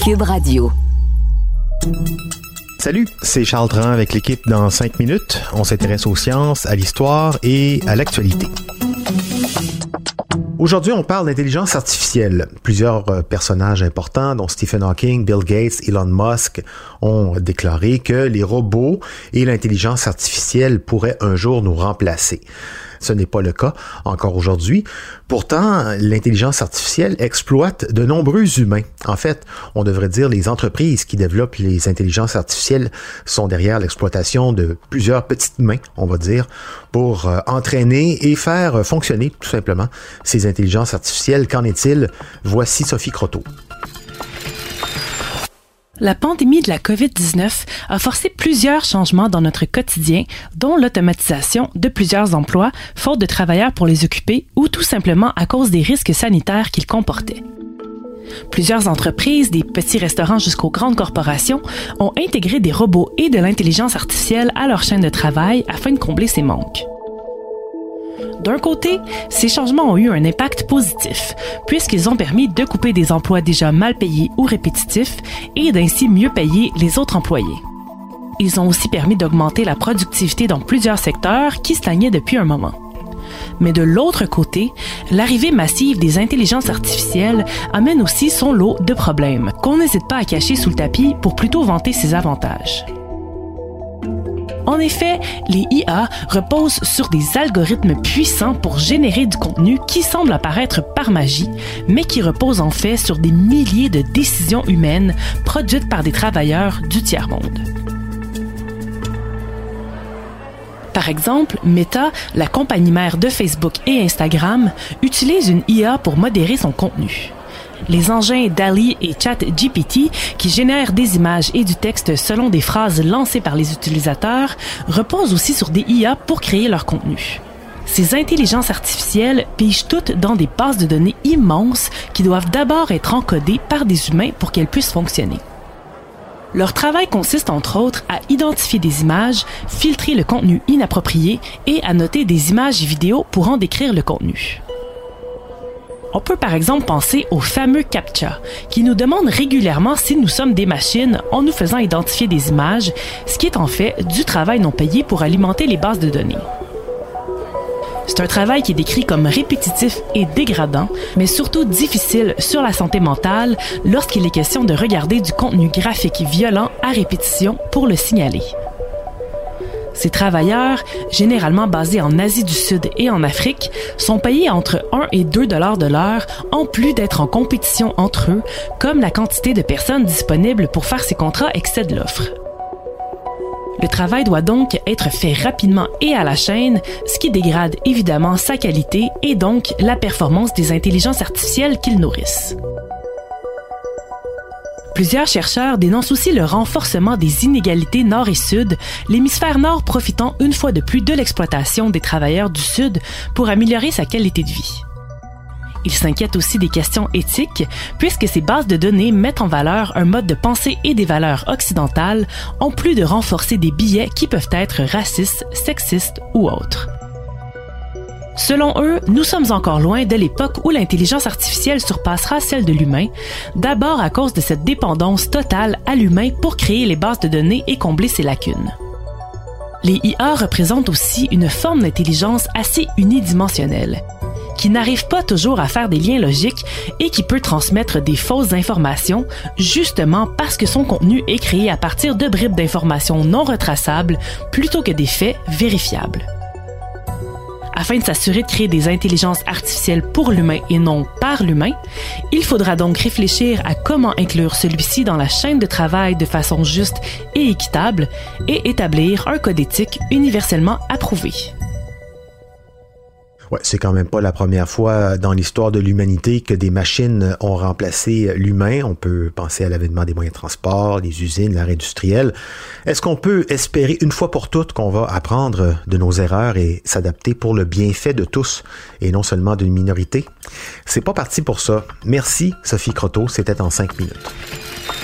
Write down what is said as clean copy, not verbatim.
Cube Radio. Salut, c'est Charles Dran avec l'équipe dans 5 minutes. On s'intéresse aux sciences, à l'histoire et à l'actualité. Aujourd'hui, on parle d'intelligence artificielle. Plusieurs personnages importants, dont Stephen Hawking, Bill Gates, Elon Musk, ont déclaré que les robots et l'intelligence artificielle pourraient un jour nous remplacer. Ce n'est pas le cas encore aujourd'hui. Pourtant, l'intelligence artificielle exploite de nombreux humains. En fait, on devrait dire les entreprises qui développent les intelligences artificielles sont derrière l'exploitation de plusieurs petites mains, on va dire, pour entraîner et faire fonctionner tout simplement ces intelligences artificielles. Qu'en est-il? Voici Sophie Croteau. La pandémie de la COVID-19 a forcé plusieurs changements dans notre quotidien, dont l'automatisation de plusieurs emplois, faute de travailleurs pour les occuper ou tout simplement à cause des risques sanitaires qu'ils comportaient. Plusieurs entreprises, des petits restaurants jusqu'aux grandes corporations, ont intégré des robots et de l'intelligence artificielle à leur chaîne de travail afin de combler ces manques. D'un côté, ces changements ont eu un impact positif, puisqu'ils ont permis de couper des emplois déjà mal payés ou répétitifs et d'ainsi mieux payer les autres employés. Ils ont aussi permis d'augmenter la productivité dans plusieurs secteurs qui stagnaient depuis un moment. Mais de l'autre côté, l'arrivée massive des intelligences artificielles amène aussi son lot de problèmes, qu'on n'hésite pas à cacher sous le tapis pour plutôt vanter ses avantages. En effet, les IA reposent sur des algorithmes puissants pour générer du contenu qui semble apparaître par magie, mais qui repose en fait sur des milliers de décisions humaines produites par des travailleurs du tiers-monde. Par exemple, Meta, la compagnie mère de Facebook et Instagram, utilise une IA pour modérer son contenu. Les engins DALL-E et ChatGPT, qui génèrent des images et du texte selon des phrases lancées par les utilisateurs, reposent aussi sur des IA pour créer leur contenu. Ces intelligences artificielles pigent toutes dans des bases de données immenses qui doivent d'abord être encodées par des humains pour qu'elles puissent fonctionner. Leur travail consiste entre autres à identifier des images, filtrer le contenu inapproprié et à noter des images et vidéos pour en décrire le contenu. On peut par exemple penser au fameux CAPTCHA, qui nous demande régulièrement si nous sommes des machines en nous faisant identifier des images, ce qui est en fait du travail non payé pour alimenter les bases de données. C'est un travail qui est décrit comme répétitif et dégradant, mais surtout difficile sur la santé mentale lorsqu'il est question de regarder du contenu graphique violent à répétition pour le signaler. Ces travailleurs, généralement basés en Asie du Sud et en Afrique, sont payés entre 1 et 2 $ de l'heure, en plus d'être en compétition entre eux, comme la quantité de personnes disponibles pour faire ces contrats excède l'offre. Le travail doit donc être fait rapidement et à la chaîne, ce qui dégrade évidemment sa qualité et donc la performance des intelligences artificielles qu'ils nourrissent. Plusieurs chercheurs dénoncent aussi le renforcement des inégalités nord et sud, l'hémisphère nord profitant une fois de plus de l'exploitation des travailleurs du sud pour améliorer sa qualité de vie. Ils s'inquiètent aussi des questions éthiques, puisque ces bases de données mettent en valeur un mode de pensée et des valeurs occidentales, en plus de renforcer des biais qui peuvent être racistes, sexistes ou autres. Selon eux, nous sommes encore loin de l'époque où l'intelligence artificielle surpassera celle de l'humain, d'abord à cause de cette dépendance totale à l'humain pour créer les bases de données et combler ses lacunes. Les IA représentent aussi une forme d'intelligence assez unidimensionnelle, qui n'arrive pas toujours à faire des liens logiques et qui peut transmettre des fausses informations, justement parce que son contenu est créé à partir de bribes d'informations non retraçables plutôt que des faits vérifiables. Afin de s'assurer de créer des intelligences artificielles pour l'humain et non par l'humain, il faudra donc réfléchir à comment inclure celui-ci dans la chaîne de travail de façon juste et équitable et établir un code éthique universellement approuvé. Ouais, c'est quand même pas la première fois dans l'histoire de l'humanité que des machines ont remplacé l'humain. On peut penser à l'avènement des moyens de transport, des usines, l'ère industrielle. Est-ce qu'on peut espérer une fois pour toutes qu'on va apprendre de nos erreurs et s'adapter pour le bienfait de tous et non seulement d'une minorité? C'est pas parti pour ça. Merci Sophie Croteau, c'était en 5 minutes.